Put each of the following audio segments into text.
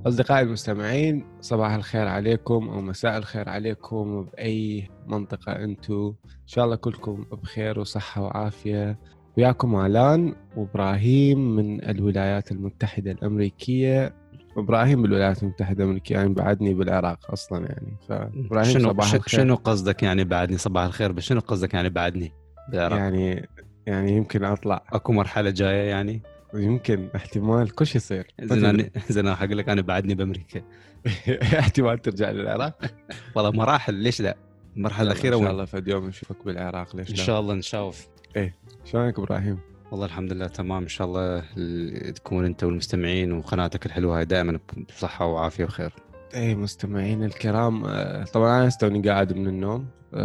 أصدقائي المستمعين، صباح الخير عليكم أو مساء الخير عليكم بأي منطقة أنتوا. إن شاء الله كلكم بخير وصحة وعافية. وياكم آلان وإبراهيم من الولايات المتحدة الأمريكية. إبراهيم بالولايات المتحدة الأمريكية، يعني بعدني بالعراق أصلا يعني. فإبراهيم صباح الخير. شنو قصدك يعني بعدني صباح الخير؟ بس شنو قصدك يعني بعدني بالعراق؟ يعني يمكن أطلع، اكو مرحلة جاية يعني. يمكن احتمال كل شيء يصير. زين حق لك انا بعدني بامريكا. احتمال ترجع للعراق. والله مراحل، ليش لا؟ المرحلة الأخيرة إن شاء وين؟ الله في يوم نشوفك بالعراق، ليش إن لا؟ شاء الله نشوف. إيه، شلونك إبراهيم؟ والله الحمد لله تمام إن شاء الله. تكون أنت والمستمعين وقناتك الحلوة هاي دائما بصحة وعافية وخير. إيه مستمعين الكرام، طبعا أنا استوني قاعد من النوم،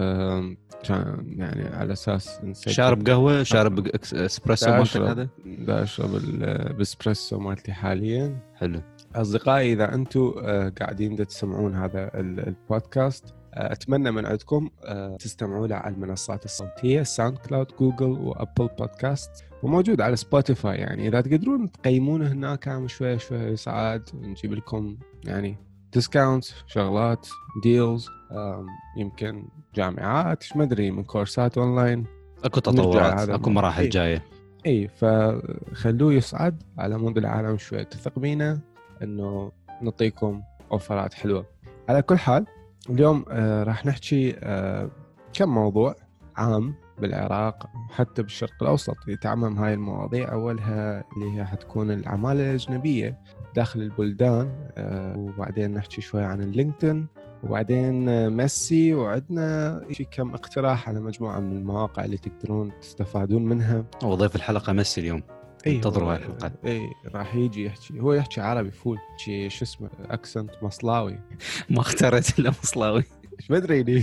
يعني على أساس نسجل. شارب قهوة، شارب اسبريسو مالتك هذا؟ دا أشرب الاسبريسو مالتي حاليا. حلو. أصدقائي، إذا أنتم قاعدين تسمعون هذا البودكاست، أتمنى من عندكم تستمعوا له على المنصات الصوتية ساوند كلاود، جوجل وأبل بودكاست، وموجود على سبوتيفاي. يعني إذا تقدرون تقيمونه هناك شوية شوية يساعد، نجيب لكم يعني ديسكاونت، شغلات، ديلز، يمكن جامعات، ما أدري، من كورسات أونلاين. أكو تطورات، أكو مراحل جاية. إيه، فخلوه يصعد على مود العالم شوية، تثق بينا إنه نعطيكم أوفرات حلوة. على كل حال اليوم راح نحكي كم موضوع عام بالعراق، حتى بالشرق الأوسط يتعمم هاي المواضيع. أولها اللي هي حتكون العمالة الأجنبية داخل البلدان، وبعدين نحكي شوية عن اللينكدين، وبعدين ميسي، وعندنا كم اقتراح على مجموعة من المواقع اللي تقدرون تستفادون منها. وضيف الحلقة ميسي اليوم. انتظروا هاي الحلقة. راح يجي يحكي، هو يحكي عربي فول، شي شو اسمه اكسنت مصلاوي. ما اخترت الا مصلاوي. ايش بدري لي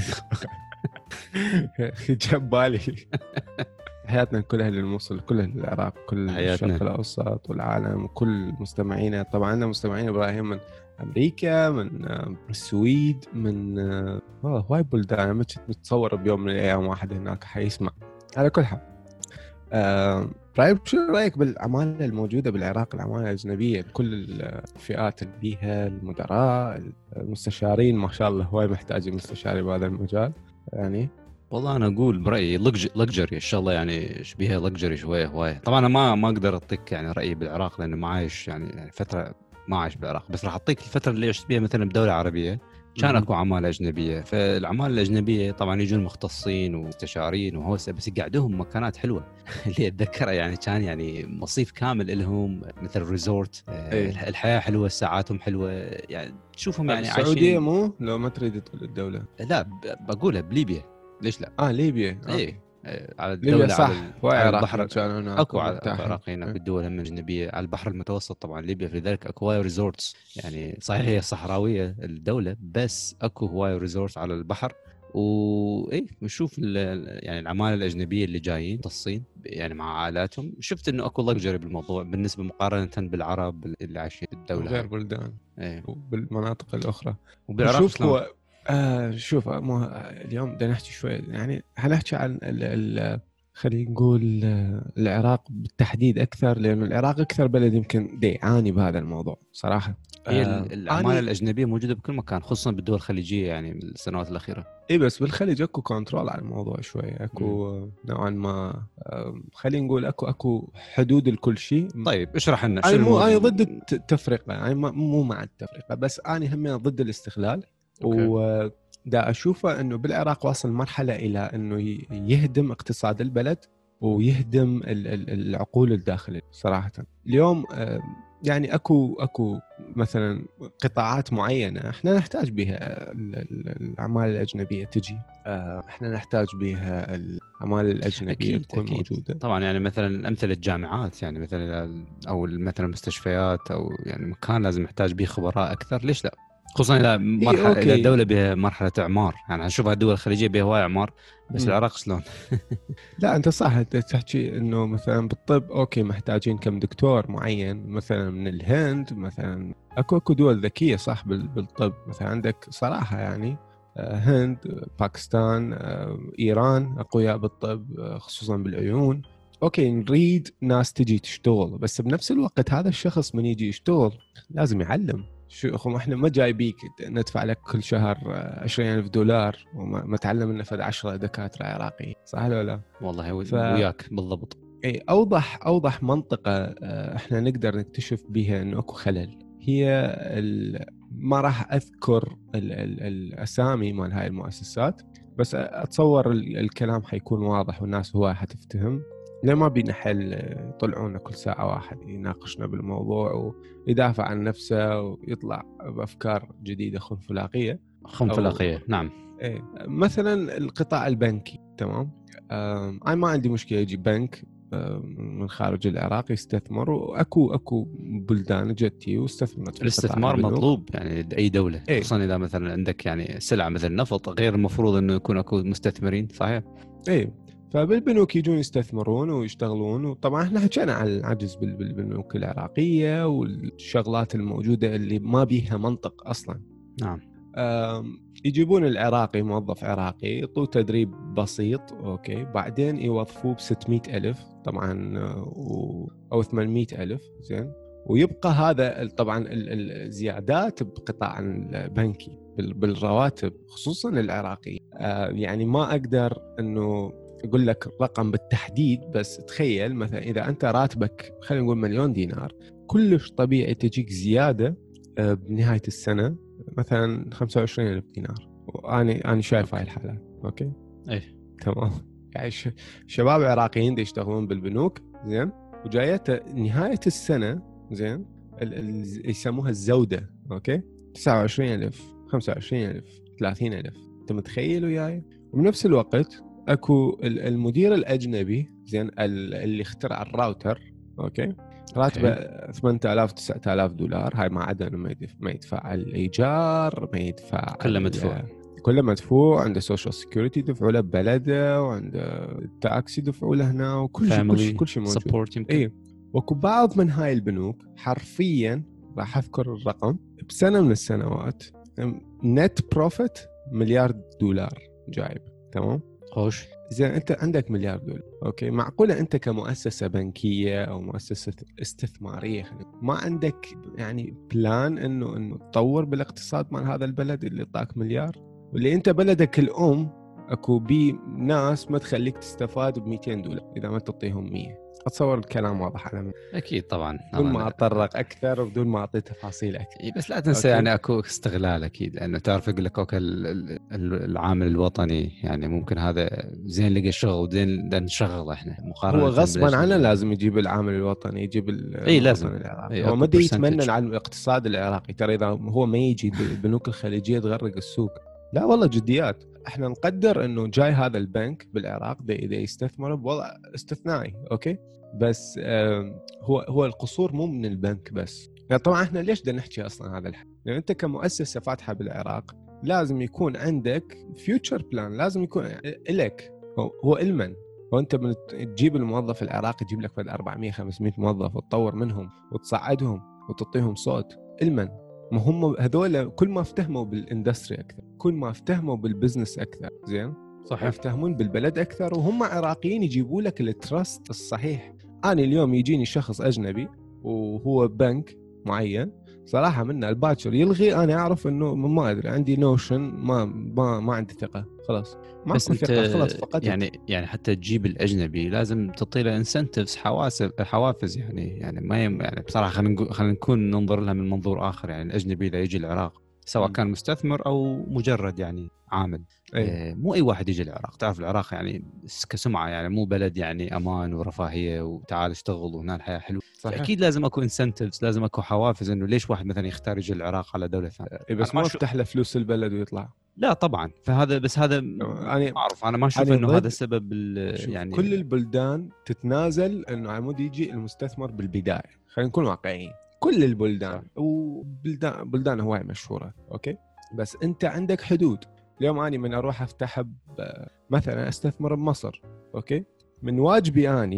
جبالي. حياتنا كلها للموصل، كلها للعراق، كل الشرق الاوسط والعالم، وكل مستمعينا. طبعا عندنا مستمعين ابراهيم من امريكا، من السويد، من هواي بلدان. ما كنت متصور بيوم من الايام واحد هناك حيسمع. على كل حال، رايك شو رايك بالعماله الموجوده بالعراق، العماله الاجنبيه بكل الفئات اللي بيها، المدراء، المستشارين؟ ما شاء الله هواي محتاجين مستشاري بهذا المجال يعني. والله انا اقول برايي لكجري ان شاء الله، يعني بيها لكجري شويه هوايه. طبعا انا ما اقدر اعطيك يعني رايي بالعراق لانه ما عايش يعني فتره، ما عايش بالعراق، بس راح اعطيك الفتره اللي عشت بيها مثلا بدوله عربيه كان اكو عماله اجنبيه. فالعماله الاجنبيه طبعا يجون مختصين ومستشارين وهوسه، بس يقعدوهم مكانات حلوه. اللي اتذكره يعني كان يعني مصيف كامل لهم، مثل ريزورت. الحياه حلوه، ساعاتهم حلوه، يعني تشوفهم يعني عايشين. السعوديه مو لو ما تريد تقول الدوله؟ لا بقولها بليبيا، ليش لا؟ ليبيا. على الدولة، على البحر. اكو عراقيين، اكو الدول هم اجنبيه على البحر المتوسط. طبعا ليبيا في ذلك اكو هواي ريزورتس، يعني صحيح هي صحراويه الدوله، بس اكو هواي ريزورتس على البحر. نشوف يعني العماله الاجنبيه اللي جايين تصين يعني مع عائلاتهم. شفت انه اكو لكجري بالموضوع بالنسبه مقارنه بالعرب اللي عايشين بالدوله غير بلدان وبالمناطق الاخرى. وبالعراق شلون؟ شوف اليوم بدنا نحكي شوي، يعني حنحكي عن خلينا نقول العراق بالتحديد أكثر، لأن العراق أكثر بلد يمكن يعاني بهذا الموضوع صراحة. هي العمالة الأجنبية موجودة بكل مكان، خصوصا بالدول الخليجية يعني بالسنوات الأخيرة. بس بالخليج أكو كنترول على الموضوع شوي، أكو نوعا ما، خلينا نقول أكو حدود لكل شيء. طيب اشرح لنا. أنا ضد التفرقة، يعني مو مع التفرقة، بس أنا هم ضد الاستغلال. دا أشوفه أنه بالعراق واصل مرحلة إلى أنه يهدم اقتصاد البلد ويهدم العقول الداخلية صراحة. اليوم يعني أكو مثلا قطاعات معينة احنا نحتاج بها الأعمال الأجنبية تجي، احنا نحتاج بها الأعمال الأجنبية تكون موجودة. طبعا يعني مثلا أمثلة الجامعات، يعني مثلا أو مثلا المستشفيات، أو يعني مكان لازم نحتاج به خبراء أكثر. ليش لا؟ خصوصا إذا مرحلة إذا الدولة بها مرحلة إعمار، يعني هنشوفها الدول الخليجية بها هواي إعمار، بس العراق شلون؟ لا أنت صح تحكي إنه مثلا بالطب أوكي محتاجين كم دكتور معين مثلا من الهند مثلا. أكو دول ذكية صح بالطب، مثلا عندك صراحة يعني هند، باكستان، إيران أقوياء بالطب خصوصا بالعيون. أوكي نريد ناس تجي تشتغل، بس بنفس الوقت هذا الشخص من يجي يشتغل لازم يعلم شو اخو احنا ما جايبيك ندفع لك كل شهر $20,000 وما تعلم لنا فد 10 دكاتره عراقيين، صح ولا لا؟ والله وياك بالضبط. اي اوضح منطقه احنا نقدر نكتشف بها انه اكو خلل هي ما راح اذكر الاسامي مال هاي المؤسسات، بس اتصور الكلام حيكون واضح والناس هو حتفتهم. ليه ما بينا حل يطلعونا كل ساعه واحد يناقشنا بالموضوع ويدافع عن نفسه ويطلع بافكار جديده خنفلاقيه. نعم. ايه مثلا القطاع البنكي، تمام. انا ما عندي مشكله يجي بنك من خارج العراق يستثمر، واكو بلدان جتي واستثمرت في الاستثمار مطلوب يعني اي دوله، إيه؟ خصوصا اذا مثلا عندك يعني سلعه مثل نفط، غير المفروض انه يكون اكو مستثمرين، صحيح. ايه فبالبنوك يجون يستثمرون ويشتغلون. وطبعا احنا حكينا عن العجز بالبنوك العراقيه والشغلات الموجوده اللي ما بيها منطق اصلا. نعم. يجيبون العراقي، موظف عراقي، يعطوه تدريب بسيط، اوكي، بعدين يوظفوه ب600,000 طبعا او 800,000، زين. ويبقى هذا طبعا الزيادات بقطاع البنكي بالرواتب خصوصا العراقي. يعني ما اقدر انه اقول لك رقم بالتحديد، بس تخيل مثلا اذا انت راتبك خلينا نقول $1,000,000، كلش طبيعي تجيك زياده بنهايه السنه مثلا $25,000. وانا شايف هاي الحالات، اوكي. ايه تمام. يعني شباب عراقيين دي يشتغلون بالبنوك، زين، وجايته نهايه السنه، زين، يسموها الزوده، اوكي، 29,000 25,000 30,000. انت متخيل وياي؟ وبنفس الوقت اكو المدير الاجنبي، زين، اللي اخترع الراوتر، اوكي، راتبه $8,000 $9,000. هاي ما عدا انه ما يدفع الايجار، ما يدفع كله مدفوع، عنده سوشيال سيكوريتي يدفعوا له ببلده، وعنده التاكسي يدفعوا له هنا، وكل شيء موجود. اي وكو بعض من هاي البنوك حرفيا راح اذكر الرقم، بسنه من السنوات نت بروفيت $1,000,000,000 جايب، تمام. خوش. زين، انت عندك $1,000,000,000، اوكي. معقوله انت كمؤسسه بنكيه او مؤسسه استثماريه ما عندك يعني بلان انه تطور بالاقتصاد مال هذا البلد اللي يعطاك $1,000,000، واللي انت بلدك الام اكو بي ناس ما تخليك تستفاد $200 اذا ما تعطيهم 100. اتصور الكلام واضح على من. اكيد طبعا، بدون ما اتطرق اكثر وبدون ما اعطي تفاصيل اكثر. بس لا تنسى يعني اكو استغلال اكيد، لانه تعرف يقول لك اوكي العامل الوطني يعني ممكن هذا زين لقى شغل وزين نشغله احنا مقارنه، هو غصبا عنه لازم يجيب العامل الوطني، يجيب لازم العراقي. هو ما دي يتمنن على الاقتصاد العراقي، ترى اذا هو ما يجي البنوك الخليجيه تغرق السوق. لا والله جديات. احنا نقدر انه جاي هذا البنك بالعراق اذا يستثمر بوضع استثنائي، اوكي، بس هو القصور مو من البنك بس. يعني طبعا احنا ليش بدنا نحكي اصلا هذا الحكي؟ لان انت كمؤسسه فاتحه بالعراق لازم يكون عندك فيوتشر بلان، لازم يكون لك هو علما. وانت تجيب الموظف العراقي تجيب لك 400-500 موظف وتطور منهم وتصعدهم وتعطيهم صوت علما. ما هم هذول كل ما افتهموا بالاندستري اكثر، كل ما افتهموا بالبزنس اكثر، زين، صح، يفتهمون بالبلد اكثر، وهم عراقيين يجيبوا لك التراست الصحيح. انا اليوم يجيني شخص اجنبي وهو بنك معين، صراحه منه الباكر يلغي، انا اعرف انه ما ادري، عندي نوشن، ما عندي ثقه، خلاص ما بس انت ثقه، خلاص فقدت. يعني حتى تجيب الاجنبي لازم تعطي له انسنتفز، حوافز، يعني ما يعني بصراحه خلينا نكون ننظر لها من منظور اخر. يعني الاجنبي اذا يجي العراق سواء كان مستثمر او مجرد يعني عامل، مو اي واحد يجي العراق. تعرف العراق يعني كسمعه يعني مو بلد يعني امان ورفاهيه وتعال اشتغل وهنا الحياه حلوه. اكيد لازم اكو انسنتفز، لازم اكو حوافز انه ليش واحد مثلا يختار يجي العراق على دوله ثانيه. بس ما افتح له فلوس البلد ويطلع. لا طبعا، فهذا بس هذا أنا اعرف، انا ما اشوف انه هذا السبب. يعني كل البلدان تتنازل انه عمود يجي المستثمر بالبدايه، خلينا نكون واقعيين. كل البلدان وبلدان هواي مشهوره، اوكي، بس انت عندك حدود. اليوم اني من اروح افتح مثلا استثمر بمصر، اوكي، من واجبي اني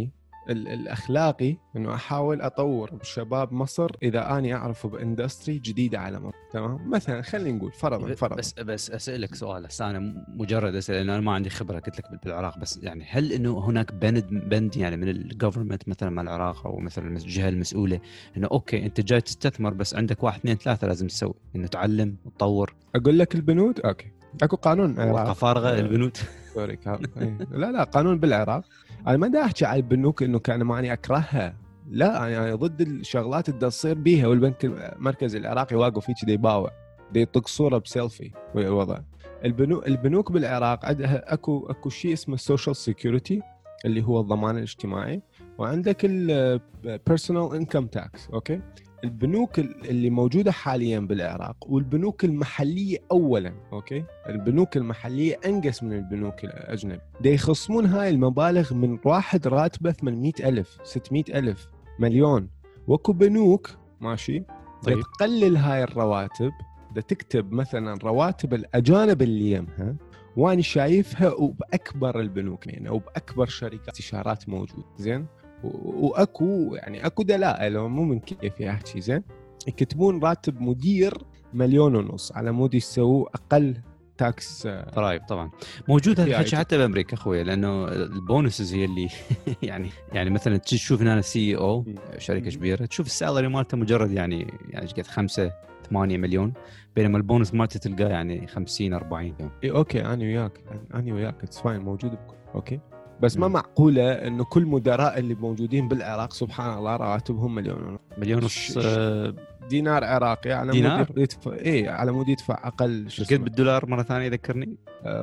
الاخلاقي انه احاول اطور بشباب مصر اذا اني اعرفه باندستري جديده على مصر. تمام، مثلا خلينا نقول فرضا بس اسالك سؤال هسه، انا مجرد اسال لانه انا ما عندي خبره قلت لك بالعراق، بس يعني هل انه هناك بند يعني من الجفرمنت مثلا مع العراق او مثلا الجهه المسؤوله انه اوكي انت جاي تستثمر بس عندك 1 2 3 لازم تسوي، انه تعلم وتطور؟ اقول لك البنود اوكي اكو قانون ورقه فارغه البنود. سوري لا قانون بالعراق. انا ما دا احكي على البنوك انه كان ماني اكرهها، لا يعني ضد الشغلات اللي تصير بيها، والبنك المركزي العراقي واقف هيك دي باوع دي يطق صوره بسيلفي ويا الوضع. البنوك بالعراق عندها اكو شيء اسمه السوشيال سيكيورتي اللي هو الضمان الاجتماعي، وعندك البيرسونال انكم تاكس. اوكي، البنوك اللي موجوده حاليا بالعراق والبنوك المحليه اولا، اوكي، البنوك المحليه انقص من البنوك الاجنبيه، دا يخصمون هاي المبالغ من واحد راتبه 800,000 600,000 مليون. واكو بنوك ماشي طيب. تقلل هاي الرواتب، دا تكتب مثلا رواتب الاجانب اللي يمها، وانا شايفها وباكبر البنوك يعني او باكبر شركات استشارات موجود زين، واكو يعني اكو دلائل مو من كيف احكي زين، يكتبون راتب مدير 1.5 مليون على مود يسووا اقل تاكس ضرائب. طبعا موجود هذا الشيء حتى بامريكا اخوي، لانه البونسز هي اللي يعني مثلا تشوف هنا سي او شركه كبيره تشوف السالري مالته مجرد يعني قد 5 8 مليون، بينما البونس مالته تلقاه يعني 50 40. اي اوكي انا وياك اتس فاين موجود بكل اوكي، بس ما معقوله انه كل مدراء اللي موجودين بالعراق سبحان الله رواتبهم 1.5 مليون دينار عراقي على مود يدفع على مود يدفع اقل شو اسمه بالدولار مره ثانيه ذكرني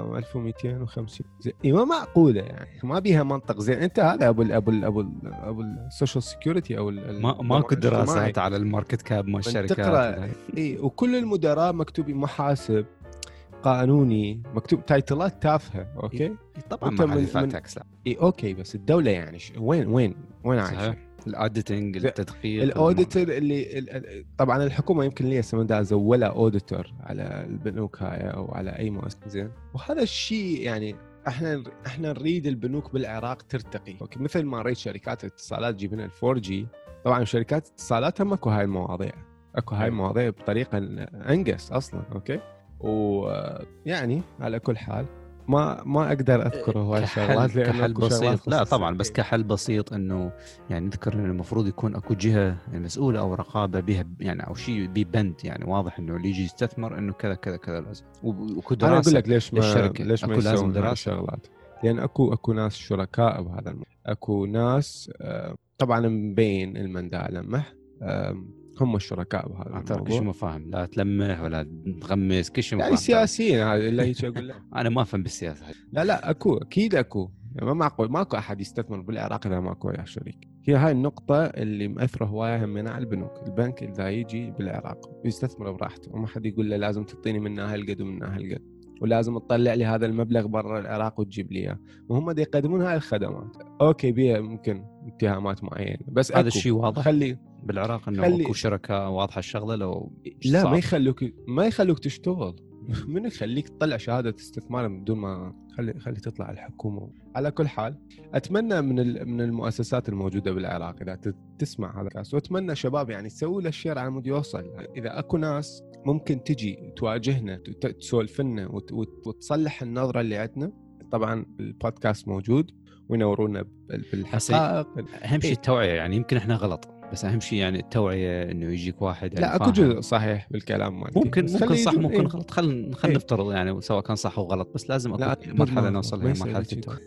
1250 ما معقوله يعني ما بيها منطق زين. انت هذا ابو السوشيال سيكيورتي او ماكو دراسات على الماركت كاب مال الشركات وكل المدراء مكتوبين محاسب قانوني مكتوب تايتلات تافهه. اوكي طبعا ما حد تاكس لا اوكي، بس الدوله يعني وين عايشه؟ الاوديتنج التدقيق الاوديتور اللي طبعا الحكومه يمكن ليها سمدا زولا اوديتور على البنوك هاي او على اي مؤسسه زين، وهذا الشيء يعني احنا نريد البنوك بالعراق ترتقي. اوكي، مثل ما نريد شركات الاتصالات جيب لنا ال4G، طبعا شركات الاتصالات هم اكو هاي المواضيع، اكو هاي المواضيع بطريقه انقص اصلا. اوكي، ويعني على كل حال ما اقدر اذكر هواي الشغلات لانه كحل بسيط. لا طبعا بس كحل بسيط انه يعني نذكر انه المفروض يكون اكو جهه مسؤوله او رقابه بها يعني او شيء ببند يعني واضح انه اللي يجي يستثمر انه كذا كذا كذا لازم، وكو دراسه. انا اقول لك ليش ما لازم دراسه شغلات، لان اكو ناس شركاء بهذا اكو ناس طبعا مبين المنداع لمح هم الشركاء بهذا الموضوع. شو ما فاهم، لا تلمح ولا تغمس كل شيء يعني سياسيين هذا اللي هيك اقول لك انا ما افهم بالسياسه. لا اكو اكيد اكو يعني ما معقول ماكو احد يستثمر بالعراق اذا ماكو وياه شريك. هي هاي النقطه اللي مأثره هوايه همنا على البنوك. البنك اذا يجي بالعراق يستثمر براحته وما حد يقول له لازم تعطيني منها هالقد ومنها هالقد ولازم تطلع لي هذا المبلغ برا العراق وتجيب لي اياه، وهم دي يقدمون هاي الخدمات. اوكي بيها ممكن اتهامات معينه، بس هذا الشيء واضح خلي بالعراق انه اكو شركاء واضحه الشغله. لو لا ما يخلوك تشتغل من يخليك تطلع شهاده استثمار بدون ما خلي تطلع الحكومه. على كل حال اتمنى من المؤسسات الموجوده بالعراق اذا تسمع هذا الكاس، واتمنى شباب يعني تسوي له شير على مود يوصل. اذا اكو ناس ممكن تجي تواجهنا تسولف لنا وتصلح النظره اللي عندنا، طبعا البودكاست موجود وينورونا بالحقائق. اهم شيء التوعيه، يعني يمكن احنا غلط بس اهم شيء يعني التوعيه انه يجيك واحد يعني لا اكو جزء صحيح بالكلام مالتي، ممكن صح ممكن غلط. خلينا نفترض يعني سواء كان صح او غلط، بس لازم اكو مرحله نوصل لها مرحله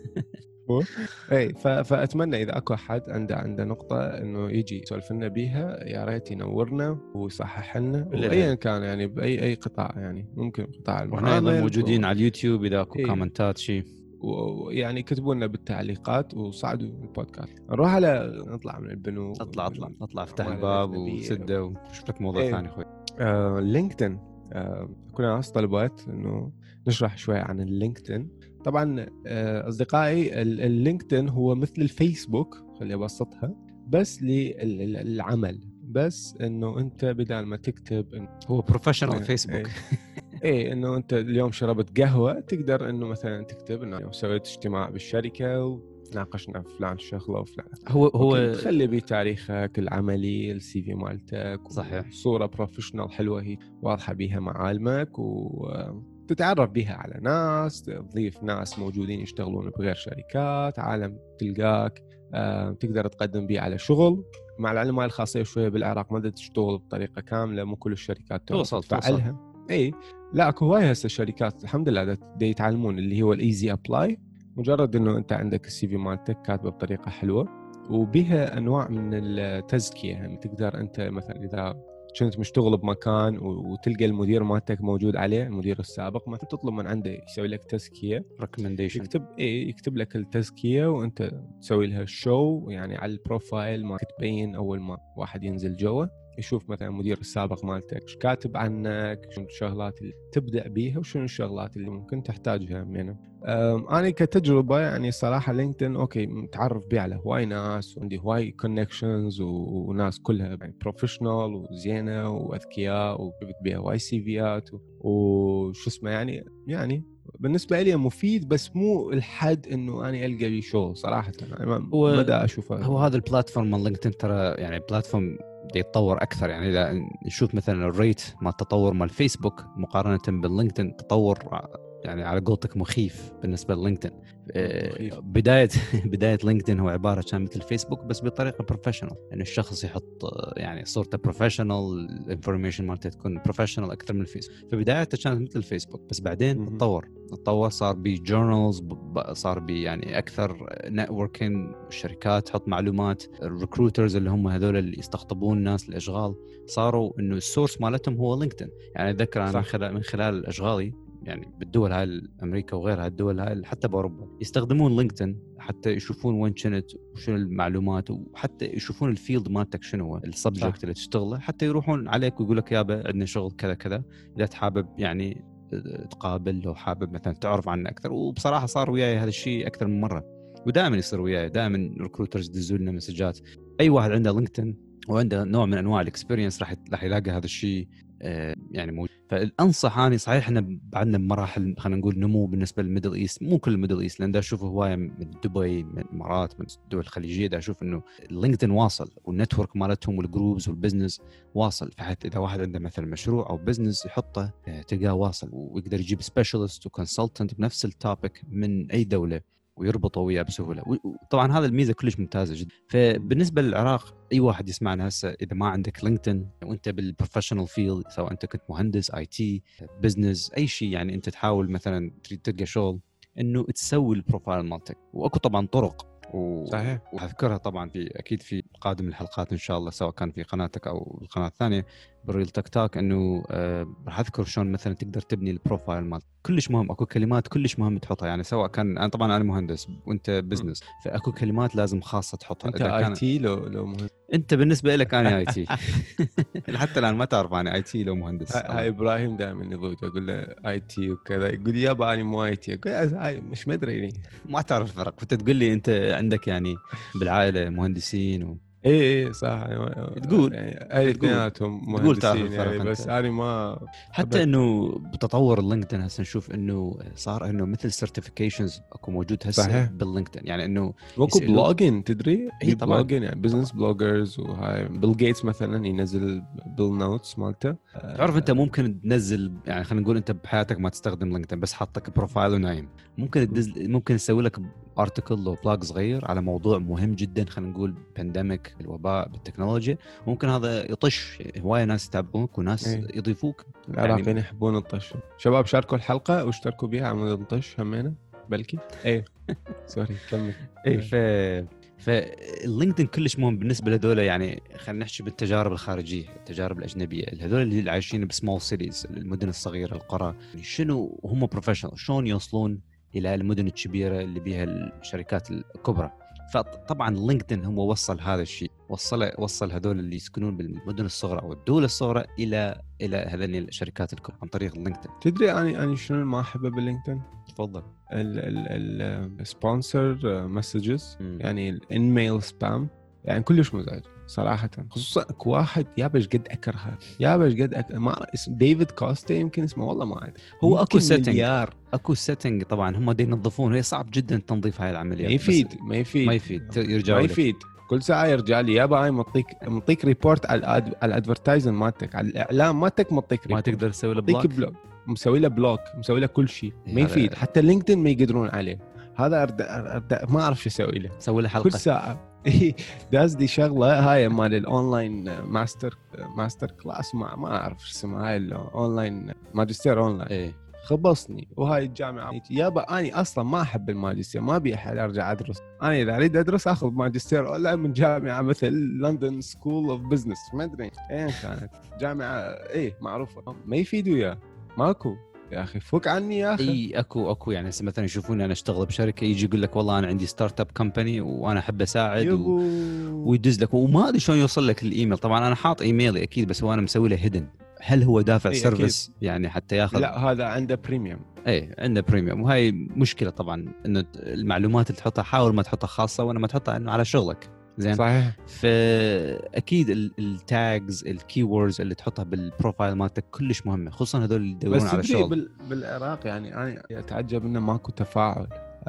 اي فاتمنى اذا اكو احد عنده نقطه انه يجي يسولف لنا بيها، يا ريت ينورنا ويصحح لنا وايا كان يعني باي قطاع، يعني ممكن قطاع المعامل موجودين على اليوتيوب اذا اكو كومنتات شيء ويعني كتبوا لنا بالتعليقات وصعدوا البودكاست. نروح على نطلع من البنوك، اطلع افتح الباب وسده وشوف لك موضوع ثاني اخوي. لينكدين كنا ناس طلبات انه نشرح شوي عن اللينكدين. طبعا اصدقائي اللينكدين هو مثل الفيسبوك، خلي ابسطها، بس للعمل، بس انه انت بدل ما تكتب هو بروفيشنال فيسبوك ايه انه انت اليوم شربت قهوه تقدر انه مثلا تكتب انه اليوم سويت اجتماع بالشركه ناقشنا فلان شغله وفلان. هو تخلي بيه تاريخك العملي، السي في مالتك، صحيح. صورة بروفيشنال حلوة هي واضحة بيها معالمك، وتتعرف بيها على ناس، تضيف ناس موجودين يشتغلون بغير شركات، عالم تلقاك تقدر تقدم بيه على شغل. مع العلم هاي الخاصية شوية بالعراق ما تشتغل بطريقة كاملة، مو كل الشركات تفعلها. اي لا، اكو هواي هسه الشركات الحمد لله دا يتعلمون اللي هو الايزي ابلاي. مجرد انه انت عندك السي في مالتك كاتبه بطريقه حلوه وبها انواع من التزكيه، يعني تقدر انت مثلا اذا كنت مشتغل بمكان وتلقى المدير مالتك موجود عليه، المدير السابق، ما تطلب من عنده يسوي لك تزكيه ريكومنديشن، يكتب لك التزكيه وانت تسوي لها شو يعني على البروفايل ما تبين اول ما واحد ينزل جوا يشوف مثلا المدير السابق مالتك ايش كاتب عنك، شنو الشغلات اللي تبدأ بيها وشنو الشغلات اللي ممكن تحتاجها منه. أنا كتجربة يعني صراحة لينكدين أوكي متعرف بيه على هواي ناس، وعندي هواي كونكشنز وناس كلها يعني بروفيشنال وزينة وأذكياء، وجبت بيها هواي سيفيات وشو اسمه يعني بالنسبة لي مفيد، بس مو الحد إنه أنا ألقى بيه شغل صراحة. يعني مدى أشوفه هو هذا البلاتفورم من لينكدين ترى يعني بلاتفورم دي يتطور اكثر. يعني اذا نشوف مثلا الريت مال التطور مال فيسبوك مقارنه باللينكدين، تطور يعني على قولتك مخيف بالنسبه للينكدين. بدايه لينكدين هو عباره كان مثل فيسبوك بس بطريقه بروفيشنال، يعني الشخص يحط يعني صورته بروفيشنال، الانفورميشن مالته تكون بروفيشنال اكثر من الفيسبوك. فبدايته كانت مثل الفيسبوك، بس بعدين تطور صار بجورنالز، صار يعني اكثر نتوركينج، الشركات تحط معلومات، الريكروترز اللي هم هذول اللي يستقطبون الناس لاشغال صاروا انه السورس مالتهم هو لينكدين. يعني اتذكر انا من خلال اشغالي يعني بالدول هاي الامريكا وغيرها الدول هاي حتى باوروبا يستخدمون لينكدين حتى يشوفون وين كنت وشنو المعلومات، وحتى يشوفون الفيلد مالتك شنو هو السبجكت اللي تشتغله، حتى يروحون عليك ويقول لك يابا عندنا شغل كذا كذا اذا حابب يعني تقابل، لو حابب مثلا تعرف عنه اكثر. وبصراحه صار وياي هذا الشيء اكثر من مره، ودائما يصير وياي، دائما ريكروترز يدزوا لنا مسجات. اي واحد عنده لينكدين وعنده نوع من انواع الاكسبيرينس راح يلاقي هذا الشيء يعني موجود. فالانصح اني صحيح احنا بعدنا بمراحل خلينا نقول نمو بالنسبه للميدل ايست، مو كل الميدل ايست، لان دا اشوف هوايه من دبي، من الامارات، من الدول الخليجيه، دا اشوف انه اللينكدين واصل والنتورك مالتهم والجروبز والبزنس واصل. فحتى اذا واحد عنده مثلا مشروع او بزنس يحطه تلقاه واصل، ويقدر يجيب سبيشالست وكونسلتنت بنفس التوبيك من اي دوله ويربطوا وياه بسهوله. وطبعا هذا الميزه كلش ممتازه جدا. فبالنسبه للعراق اي واحد يسمعنا هسه اذا ما عندك لينكدين وانت بالبروفيشنال فيلد، سواء انت كنت مهندس اي تي بزنس اي شيء، يعني انت تحاول مثلا تريد تلقى شغل، انه تسوي البروفايل مالتك. واكو طبعا طرق صحيح، وهذكرها طبعا اكيد في قادم الحلقات ان شاء الله، سواء كان في قناتك او القناه الثانيه بالريل تك تاك، انه راح اذكر شلون مثلا تقدر تبني البروفايل مالك. كلش مهم، اكو كلمات كلش مهم تحطها، يعني سواء كان انا مهندس وانت بزنس، فاكو كلمات لازم خاصه تحطها. انت اي تي لو مهندس، انت بالنسبه لك انا اي تي حتى الان ما تعرف انا اي تي لو مهندس. هاي ابراهيم دائما يضوج اقول له اي تي وكذا، يقول لي يابا انا مو اي تي، اقول هاي مش مدري ما تعرف الفرق. فانت تقول لي انت عندك يعني بالعائله مهندسين ايه صح، تقول يعني اثنيناتهم مهندسين يعني، بس انا ما حتى انه بتطور اللينكدين هسه نشوف انه صار انه مثل سيرتيفيكيشنز اكو موجود هسه باللينكدين، يعني انه وكو بلوجين تدري، اي طبعا بلوجين يعني بزنس بلوجرز، وهاي بيل جيتس مثلا ينزل بيل نوتس مالته. تعرف انت ممكن تنزل، يعني خلينا نقول انت بحياتك ما تستخدم لينكدين بس حاطك بروفايل ونايم، ممكن تسوي لك ارتكل لو بلاج صغير على موضوع مهم جدا، خلينا نقول بانديميك، الوباء، بالتكنولوجيا. ممكن هذا يطش هوايه ناس يتابعوك وناس يضيفوك. العراقيين يعني يحبون الطش. شباب شاركوا الحلقه واشتركوا بها على مود الطش همينه بلكي ايه سوري كمل. ايه فاللينكدين كلش مهم بالنسبه لهذول، يعني خلينا نحكي بالتجارب الخارجيه، التجارب الاجنبيه، هذول اللي عايشين بسمول سيتيز، المدن الصغيره، القرى، شنو هم بروفيشنال، شلون يوصلون الى المدن الكبيره اللي بيها الشركات الكبرى. فطبعا لينكدين هو وصل هذا الشيء، وصل هذول اللي يسكنون بالمدن الصغرى او الدول الصغرى الى هذين الشركات الكبرى عن طريق لينكدين. تدري اني شنو ما احبه باللينكدين؟ تفضل. السبونسر مسجز، يعني الانميل سبام، يعني كلش مزعج صراحه، خصوصا اكو واحد يابش قد اكرهه، ما اسم ديفيد كوستا يمكن اسمه، والله ما أعرف. هو اكو مليار اكو سيتنج طبعا هم دي ينظفون، هي صعب جدا تنظيف هاي العمليات. ما يفيد يرجعوا ما لك. يفيد. كل ساعه يرجع لي يابا هاي مطيك ريبورت على الادفرتايزن مالتك، على الاعلان مالتك، مطيك ما ريبورت، تقدر تسوي له بلوك. مسوي له بلوك، مسوي له كل شيء، ما يفيد. حتى لينكدين ما يقدرون عليه. هذا ما اعرف شو اسوي له. سوي له حلقه كل ساعه داز دي شغله هاي مال الاونلاين ماستر كلاس، ما اعرف شو اسمها، هاي الاونلاين ماجستير اونلاين. ايه خبصني. وهاي الجامعه يابا اني اصلا ما احب الماجستير، ما ابي ارجع ادرس. انا اذا اريد ادرس اخذ ماجستير اونلاين من جامعه مثل لندن سكول اوف بزنس، ما ادري اين كانت جامعه ايه معروفه، ما يفيد وياه، ماكو يا اخي، فك عني يا اخي. اي اكو يعني مثلا يشوفوني انا اشتغل بشركه، يجي يقول لك والله انا عندي ستارت اب كمباني وانا احب اساعد ويدز لك، وما ادري شلون يوصل لك الايميل. طبعا انا حاط ايميلي اكيد، بس هو انا مسوي له هيدن. هل هو دافع سيرفيس يعني حتى ياخذ؟ لا هذا عنده بريميوم. ايه عنده بريميوم، وهي مشكله طبعا انه المعلومات اللي تحطها حاول ما تحطها خاصه، وانا ما تحطها انه على شغلك. زين صحيح. فاكيد التاجز الكيوردز اللي تحطها بالبروفايل مالتك كلش مهمه، خصوصا هذول اللي يدورون على شغل. بالعراق يعني انا اتعجب انه ماكو تفاعل،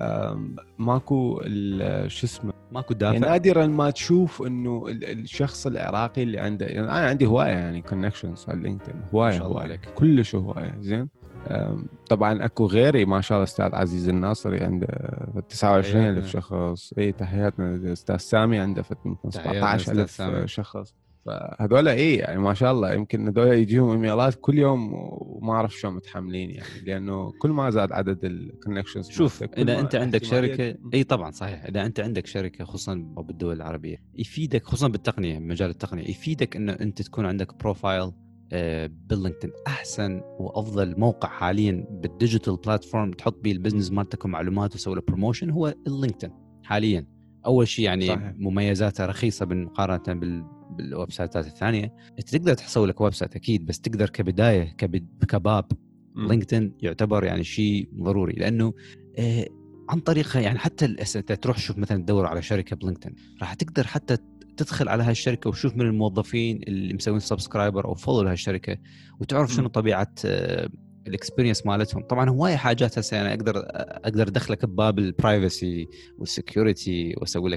ماكو شو اسمه، ماكو دافع. يعني نادرا ما تشوف انه الشخص العراقي اللي عنده، يعني انا عندي هوايه يعني كونكشنز على لينكدين، هوايه كلش هوايه. زين طبعا اكو غيري ما شاء الله، استاذ عزيز الناصري عنده 29,000 شخص. اي تحياتنا. استاذ سامي عنده 17,000 شخص. فهذول يعني ما شاء الله، يمكن هذول يجيهم ايميلات كل يوم وما اعرف شو متحملين يعني، لانه كل ما زاد عدد الكونكشنز. شوف اذا انت عندك شركه، اي طبعا صحيح، اذا انت عندك شركه خصوصا بالدول العربيه يفيدك، خصوصا بالتقنيه، مجال التقنيه يفيدك انه انت تكون عندك بروفايل باللينكدين. احسن وافضل موقع حاليا بالديجيتال بلاتفورم تحط به البزنس مالتك ومعلومات وتسوي له بروموشن هو اللينكدين حاليا. اول شيء يعني صحيح. مميزاتها رخيصه مقارنه بالويب سايتات الثانيه. انت تقدر تسوي لك ويب سايت اكيد، بس تقدر كبدايه كباب لينكدين يعتبر يعني شيء ضروري، لانه عن طريقها يعني حتى انت تروح شوف مثلا تدور على شركه بلينكدين، راح تقدر حتى تدخل على هالشركه وتشوف من الموظفين اللي مسوين سبسكرايبر او فولو لهالشركه، وتعرف شنو طبيعه الاكسبيرينس مالتهم. طبعا هواي حاجات هسه انا اقدر ادخلك بباب البرايفسي والسكيورتي، واسوي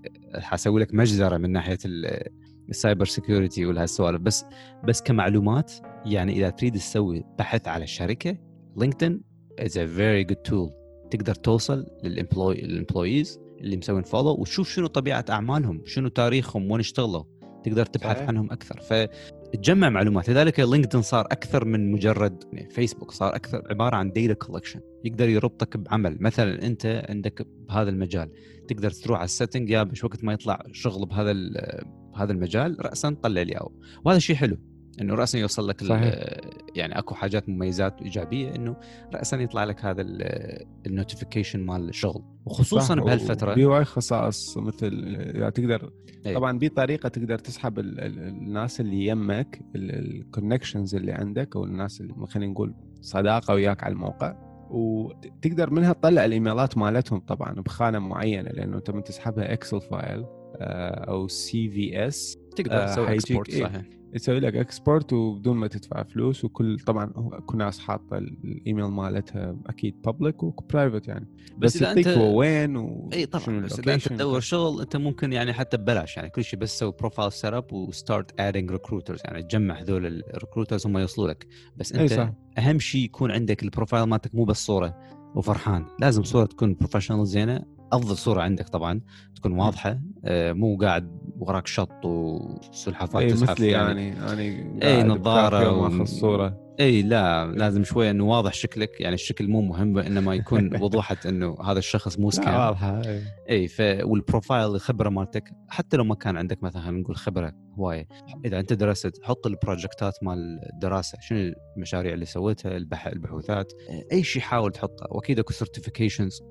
لك مجزره من ناحيه السايبر سيكيورتي وهالسوالف. بس كمعلومات يعني اذا تريد تسوي بحث على الشركه، لينكدين is a very good tool. تقدر توصل للامبلويز اللي مسوين فولو وتشوف شنو طبيعه اعمالهم، شنو تاريخهم، وين اشتغلوا، تقدر تبحث صحيح. عنهم اكثر، فتجمع معلومات. لذلك لينكدين صار اكثر من مجرد يعني فيسبوك، صار اكثر عباره عن داتا كولكشن. يقدر يربطك بعمل، مثلا انت عندك بهذا المجال تقدر تروح على السيتنج، يا بش وقت ما يطلع شغل بهذا المجال راسا طلع لي وهذا شيء حلو انه راسا يوصل لك يعني اكو حاجات مميزات ايجابيه انه راسا يطلع لك هذا النوتيفيكيشن مال الشغل، وخصوصا بهالفتره بهواي خصائص مثل يعني تقدر طبعا بطريقه تقدر تسحب الناس اللي يمك، الكونكشنز اللي عندك، او الناس اللي خلينا نقول صداقه وياك على الموقع، وتقدر منها تطلع الايميلات مالتهم طبعا بخانه معينه، لانه انت من تسحبها اكسل فايل او CVS تقدر تسوي اكسبورت صحيح، يسوي لك اكسبورت وبدون ما تدفع فلوس. وكل طبعا كل ناس حاطه الايميل مالتها اكيد بابليك وبرايفت يعني، بس يعطيك هو وين اي طبعا. بس اذا انت تدور شغل انت ممكن يعني حتى ببلاش يعني كل شيء، بس سوي بروفايل سيت اب وستارت ادينج ريكروترز، يعني تجمع هذول الريكروترز هم يوصلوا لك. بس انت اهم شيء يكون عندك البروفايل مالتك مو بس صوره وفرحان، لازم صوره تكون بروفيشنال زينه. افضل صوره عندك طبعا تكون واضحه، مو قاعد وراك شط وسلحفات تزحف مثلي يعني اي نظاره وماخذ صوره. اي لا لازم شويه انه واضح شكلك، يعني الشكل مو مهم، انما يكون وضوحه انه هذا الشخص مو سكام واضحه. اي والبروفايل الخبره مالتك حتى لو ما كان عندك مثلا نقول خبره هوايه، اذا انت درست حط البروجكتات مال الدراسه، شنو المشاريع اللي سويتها، البحوثات، اي شيء حاول تحطه. واكيد اكو سيرتيفيكيشنز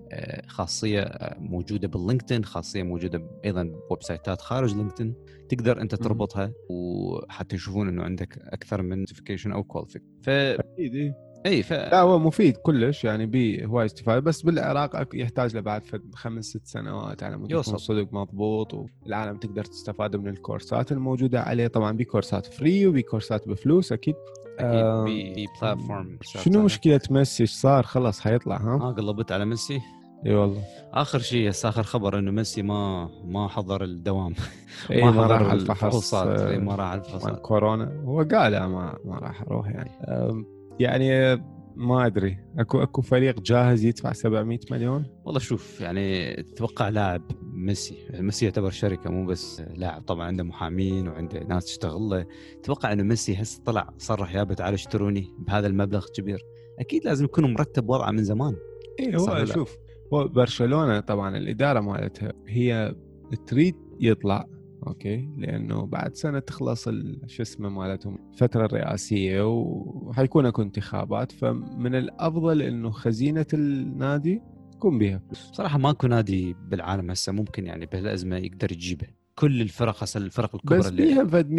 خاصيه موجوده باللينكدين، خاصيه موجوده ايضا بويب سايتات خارج لينكدين، تقدر انت تربطها وحتى يشوفون انه عندك اكثر من سيرتيفيكيشن او كواليفيك. اكيد اي لا هو مفيد كلش يعني بيه هواي استفاده، بس بالعراق يحتاج له بعد 5-6 سنوات على مود يكون صدق مضبوط والعالم تقدر تستفاد من الكورسات الموجوده عليه. طبعا بي كورسات فري وبي كورسات بفلوس اكيد بي بلاتفورم. شنو مشكله ميسي؟ ايش صار؟ خلص حيطلع ها قلبت على ميسي. اي والله اخر شيء اخر خبر انه ميسي ما حضر الدوام. ما حضر راح على الفحوصات. ما راح على الفحوصات كورونا. هو قال ما راح اروح يعني ما ادري اكو فريق جاهز يدفع 700 مليون. والله شوف يعني تتوقع لاعب ميسي يعتبر شركه مو بس لاعب، طبعا عنده محامين وعنده ناس تشتغل له. تتوقع انه ميسي هسه طلع صرح يا تعالوا اشتروني بهذا المبلغ كبير؟ اكيد لازم يكون مرتب وضعه من زمان. ايه هو شوف هو برشلونة طبعا الإدارة مالتها هي تريد يطلع اوكي، لانه بعد سنة تخلص شو اسمه مالتهم الفترة الرئاسية وحيكون اكو انتخابات، فمن الافضل انه خزينة النادي يكون بها فلوس. صراحة ماكو نادي بالعالم هسه ممكن يعني بهالأزمة يقدر يجيبه. كل الفرق هسه الفرق الكبرى بس بيها فد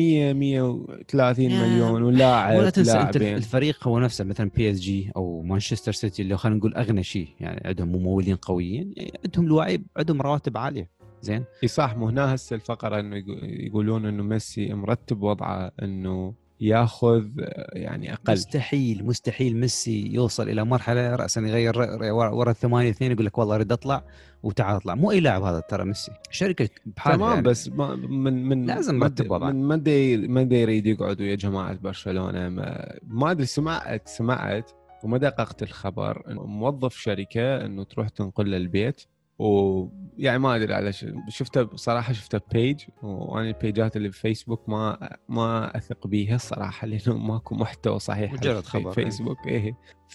130 مليون ولاعب ولا تنسى لاعبين. انت الفريق هو نفسه مثلا بي اس جي او مانشستر سيتي اللي خلينا نقول اغنى شيء، يعني عندهم ممولين قويين، يعني عندهم لواعيب، عندهم رواتب عاليه. زين اي صح. مو هنا هسه الفقره انه يقولون انه ميسي مرتب وضعه انه ياخذ يعني اقل. مستحيل ميسي يوصل الى مرحله راسا يغير ورا 8-2 يقول لك والله اريد اطلع وتعال اطلع. مو اي لاعب هذا ترى ميسي شركه بحالها تمام يعني. بس من لازم مرتب وضعه. ما يريد يقعد ويا جماعه برشلونه. ما ادري سمعت وما دققت الخبر انه موظف شركه انه تروح تنقل البيت، ويعني ما ادري على شفته بصراحه. شفته بيج، وانا البيجات اللي بفيسبوك ما اثق بيها الصراحه لانه ماكو محتوى صحيح مجرد خبر فيسبوك. ايه ف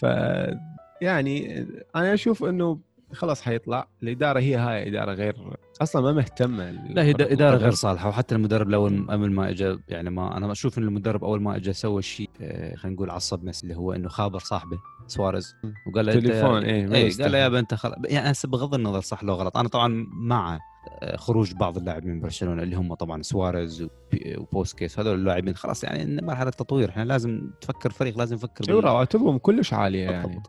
يعني انا اشوف انه خلاص حيطلع. الاداره هي هاي اداره غير اصلا ما مهتمه. لا هي اداره غير صالحه. وحتى المدرب الاول قبل ما اجى يعني ما انا اشوف ان المدرب اول ما اجى سوى شيء خلينا نقول عصب ميسي، اللي هو انه خابر صاحبه سواريز وقال له تليفون قال له يا بنت يعني هسه بغض النظر صح لو غلط، انا طبعا مع خروج بعض اللاعبين من برشلونه اللي هم طبعا سواريز وبوسكيتس، هذول اللاعبين خلاص يعني مرحله تطوير. احنا لازم تفكر فريق لازم يفكر رواتبهم كلش عاليه يعني.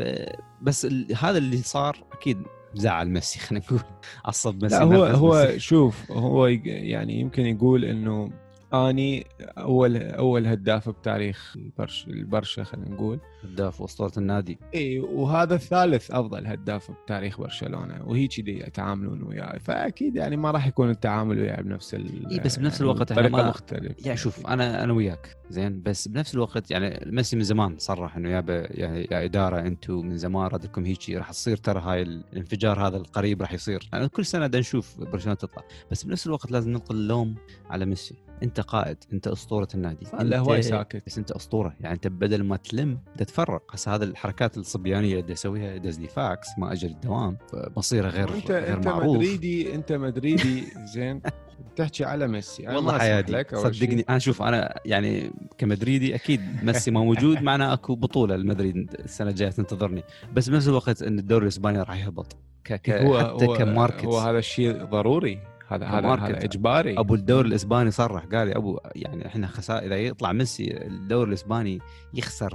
بس هذا اللي صار اكيد زعل ميسي، خلينا نقول عصب ميسي. لا هو شوف هو يعني يمكن يقول انه اني اول هداف بتاريخ البرشا خلينا نقول هداف واسطوره النادي. اي وهذا الثالث افضل هداف بتاريخ برشلونه، وهيك دي يتعاملون وياه، فاكيد يعني ما راح يكون التعامل وياه بنفس بس بنفس يعني الوقت طريقه مختلفه. يعني شوف انا وياك زين، بس بنفس الوقت يعني ميسي من زمان صرح انه يا اداره انتم من زمان رادكم هيك راح تصير، ترى هاي الانفجار هذا القريب راح يصير. يعني كل سنه بدنا نشوف برشلونه تطلع، بس بنفس الوقت لازم نلقي اللوم على ميسي. انت قائد، انت اسطوره النادي، انت هو ساكت بس انت اسطوره. يعني انت بدل ما تلم تتفرق. هسه هذا الحركات الصبيانيه اللي يسويها دزلي فاكس ما اجل الدوام مصيره غير معروف. انت مدريدي زين تحكي على ميسي. والله حياتي صدقني انا شوف انا يعني كمدريدي اكيد ميسي ما موجود معنا اكو بطوله المدريد السنه الجايه تنتظرني، بس بنفس الوقت ان الدوري الاسباني راح يهبط حتى كماركت. هو هذا الشيء ضروري، هذا اجباري. ابو الدوري الاسباني صرح قال يا ابو يعني احنا خسائر اذا يطلع ميسي الدوري الاسباني يخسر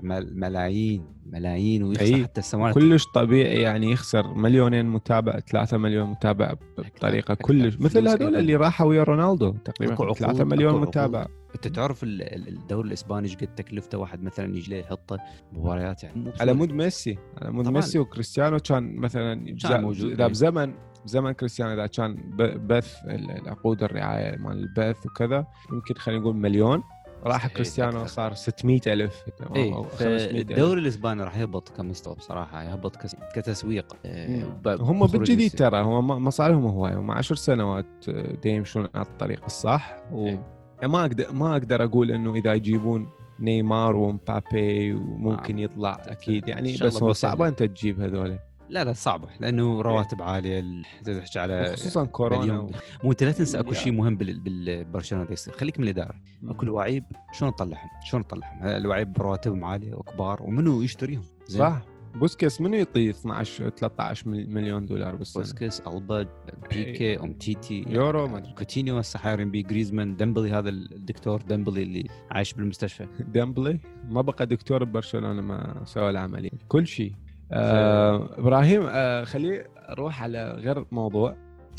ملايين ويخسر حتى السماوات. كلش طبيعي يعني يخسر 2 متابع 3 مليون متابع بطريقه كلش مثل هذول اللي راحوا ويا رونالدو تقريبا 3 مليون متابع. انت تعرف الدوري الاسباني ايش قد تكلفته واحد مثلا يجي له يحطه مباريات يعني على مود ميسي ميسي وكريستيانو كان مثلا اذا بزمن كريستيانو اذا كان بث العقود الرعايه مال البث وكذا يمكن خلينا نقول 1,000,000 راح كريستيانو صار 600,000 او 500,000. الدوري الاسباني راح يهبط كمستوى بصراحه، يهبط كتسويق. هم بالجديد ترى هم صار لهم هم 10 سنوات يمشون على الطريق الصح. ما اقدر اقول انه اذا يجيبون نيمار ومبابي وممكن يطلع اكيد يعني، بس هو صعب انت تجيب هذول. لا صعبه لانه رواتب عاليه. تحكي على خصوصا كورونا مو انت لا تنسى اكو شيء مهم بالبرشلونه يصير. خليك من الاداره، اكو لواعيب شلون نطلعهم الواعيب برواتبهم عاليه وكبار ومنو يشتريهم صح. بوسكيس منو يعطي 12 13 مليون دولار بالسنه؟ بوسكيس، ألبا، بيكي، تيتي، يورو ما أدري. كوتينيو هسه حايرين بيه، جريزمان، ديمبلي، هذا الدكتور ديمبلي اللي عايش بالمستشفى. ديمبلي ما بقى دكتور ببرشلونه ما سوى العمليه كل شيء. ابراهيم خليه اروح على غير موضوع.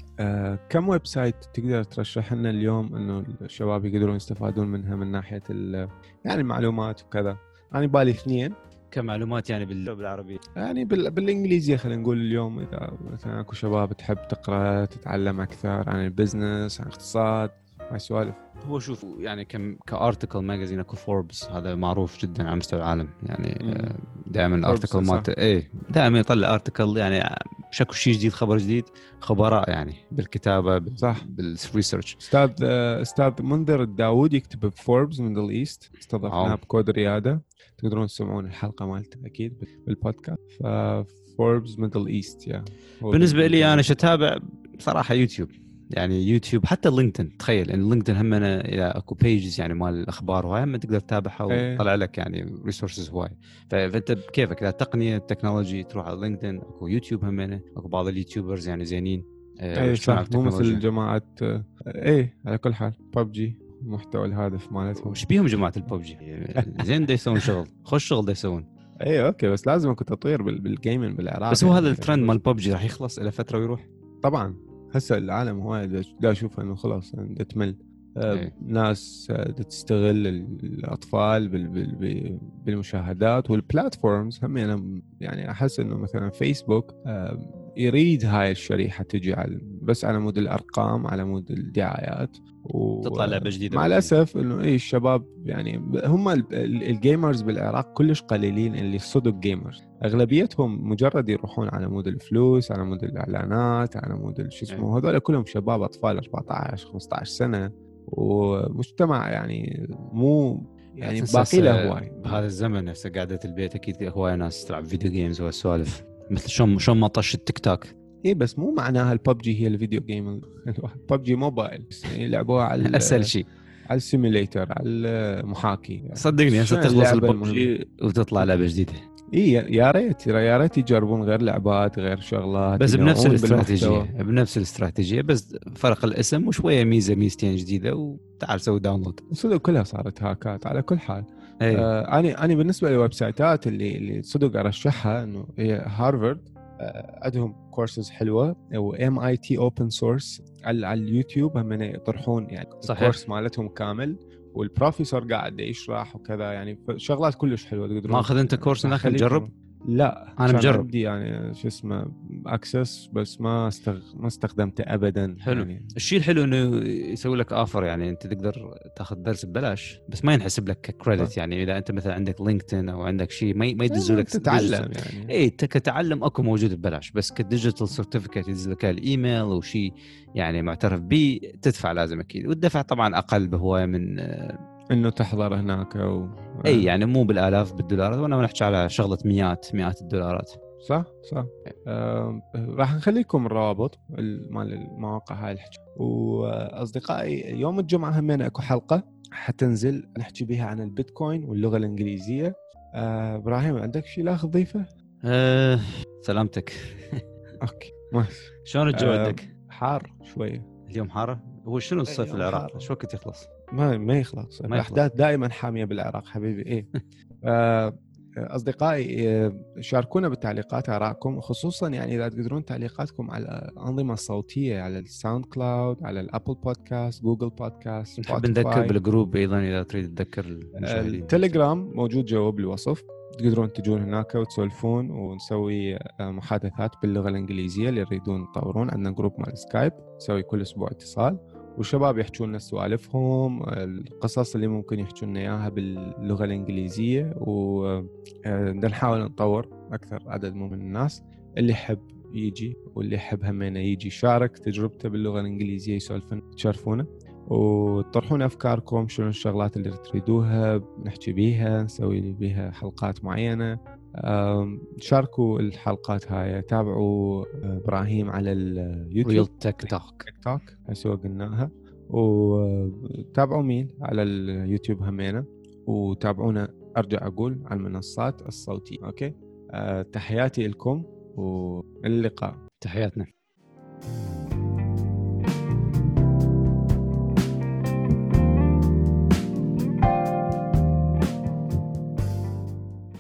كم ويب سايت تقدر ترشح لنا اليوم انه الشباب يقدرون يستفادون منها من ناحيه يعني المعلومات وكذا؟ انا بالي 2 كمعلومات يعني بالعربي، يعني بالانجليزيه. خلينا نقول اليوم اذا مثلا اكو شباب تحب تقرا تتعلم اكثر عن البزنس عن الاقتصاد هاي السوالف. هو شوف يعني كارتيكل ماجازين اكو فوربس، هذا معروف جدا على مستوى العالم يعني. دائما الارتيكل مالته دائما يطلع ارتيكل يعني شكو شيء جديد، خبر جديد، خبراء يعني بالكتابه صح بالريسيرش. استاذ منذر الداوود يكتب بفوربس ميدل ايست، استضفناه بكود رياده، تقدرون تسمعون الحلقه مالته اكيد بالبودكاست. فوربس ميدل ايست يا بالنسبه لي انا شتابع صراحه يوتيوب، يعني يوتيوب حتى لينكدين. تخيل ان لينكدين هم انا اكو بيجز يعني مال الاخبار وهاي هم تقدر تتابعها وطلع لك يعني ريسورسز هواي. فانت بكيفك اذا تقنيه التكنولوجي تروح على لينكدين، اكو يوتيوب هم اكو بعض اليوتيوبرز يعني زينين. صح مو مثل جماعه على كل حال ببجي محتوى الهادف مالتهم وش بيهم جماعه الببجي زين دا يسوون شغل خوش شغل دا يسوون. اوكي بس لازم اكو تطوير بالجيمنج بالعراق. بس هو هذا الترند مال ببجي راح يخلص الى فتره ويروح طبعا. هسه العالم هو دا اشوف انه خلاص يعني تمل. ناس تستغل الاطفال بالمشاهدات والبلاتفورمز هم. يعني احس انه مثلا فيسبوك يريد هاي الشريحه تجي بس على مود الارقام على مود الدعايات تطلع لعبه جديده. مع الاسف انه الشباب يعني هم الجيمرز بالعراق كلش قليلين اللي صدق جيمرز. اغلبيتهم مجرد يروحون على مود الفلوس على مود الاعلانات على مود شو اسمه. هذول كلهم شباب اطفال 14 15 سنه ومجتمع يعني مو يعني باقي له هواي. بهذا الزمن هسه قاعده البيت اكيد هواي ناس تلعب فيديو جيمز وهالسوالف مثل شلون ما طش التيك توك. بس مو معناها الببجي هي الفيديو جيم. الببجي موبايل يلعبوها على اسهل شيء على السيميليتر على المحاكي يعني. صدقني هسه تخلص الببجي وتطلع لعبه جديده. يا ريت يجربون غير لعبات غير شغلات بس بنفس الاستراتيجيه بس فرق الاسم وشويه ميزتين جديده وتعال سوي داونلود. صدق كلها صارت هاكات على كل حال. انا بالنسبه للويب سايتات اللي صدق ارشحها انه هي هارفارد. عندهم كورسز حلوه وMIT اوبن سورس على اليوتيوب هم يطرحون يعني الكورس مالتهم كامل والبروفيسور قاعد يشرح وكذا يعني شغلات كلش حلوه تقدرون. ما اخذ انت كورس هناك تجرب؟ لا انا مجرب عندي يعني شو اسمه اكسس بس ما استخدمته ابدا. حلو يعني الشيء الحلو انه يسوي لك اوفر يعني انت تقدر تاخذ درس ببلاش بس ما ينحسب لك كريدت. يعني اذا انت مثلا عندك لينكدين او عندك شيء ما يدزوا لك تتعلم يعني كتعلم اكو موجود ببلاش بس كديجيتال سيرتيفيكت يدز لك الايميل وشيء يعني معترف به تدفع لازم اكيد. والدفع طبعا اقل بهوايه من انه تحضر هناك اي يعني مو بالالاف بالدولارات وانا نحكي على شغله مئات الدولارات. صح راح نخليكم الروابط مال المواقع هاي الحكي. واصدقائي يوم الجمعه همين اكو حلقه حتنزل نحكي بها عن البيتكوين واللغه الانجليزيه. ابراهيم عندك شيء لا تضيفه؟ سلامتك. اوكي ماشي. شلون الجو عندك؟ حار شويه اليوم حاره. هو شنو الصيف في العراق شو وقت يخلص؟ ما يخلص. الاحداث دائما حاميه بالعراق حبيبي. أصدقائي شاركونا بالتعليقات آرائكم خصوصا يعني إذا تقدرون تعليقاتكم على الأنظمة الصوتية على الساوند كلاود على الأبل بودكاست جوجل بودكاست. نحب نذكر بالجروب أيضا إذا تريد تذكر المشاهدين. التليجرام موجود جوا بالوصف تقدرون تجون هناك وتسولفون ونسوي محادثات باللغة الإنجليزية اللي يريدون يطورون. عندنا جروب مال سكايب نسوي كل أسبوع اتصال والشباب يحكون لنا سوالفهم القصص اللي ممكن يحكون لنا إياها باللغة الإنجليزية ونحاول نطور أكثر عدد من الناس. اللي يحب يجي واللي يحب همينه يجي يشارك تجربته باللغة الإنجليزية يسولفون تشارفونا وتطرحون أفكاركم شنو الشغلات اللي تريدوها نحكي بيها نسوي بيها حلقات معينة. شاركوا الحلقات هاي. تابعوا إبراهيم على اليوتيوب تيك توك هسه قلناها. وتابعوا مين على اليوتيوب همينة وتابعونا أرجع أقول على المنصات الصوتية. أوكي تحياتي لكم واللقاء. تحياتنا.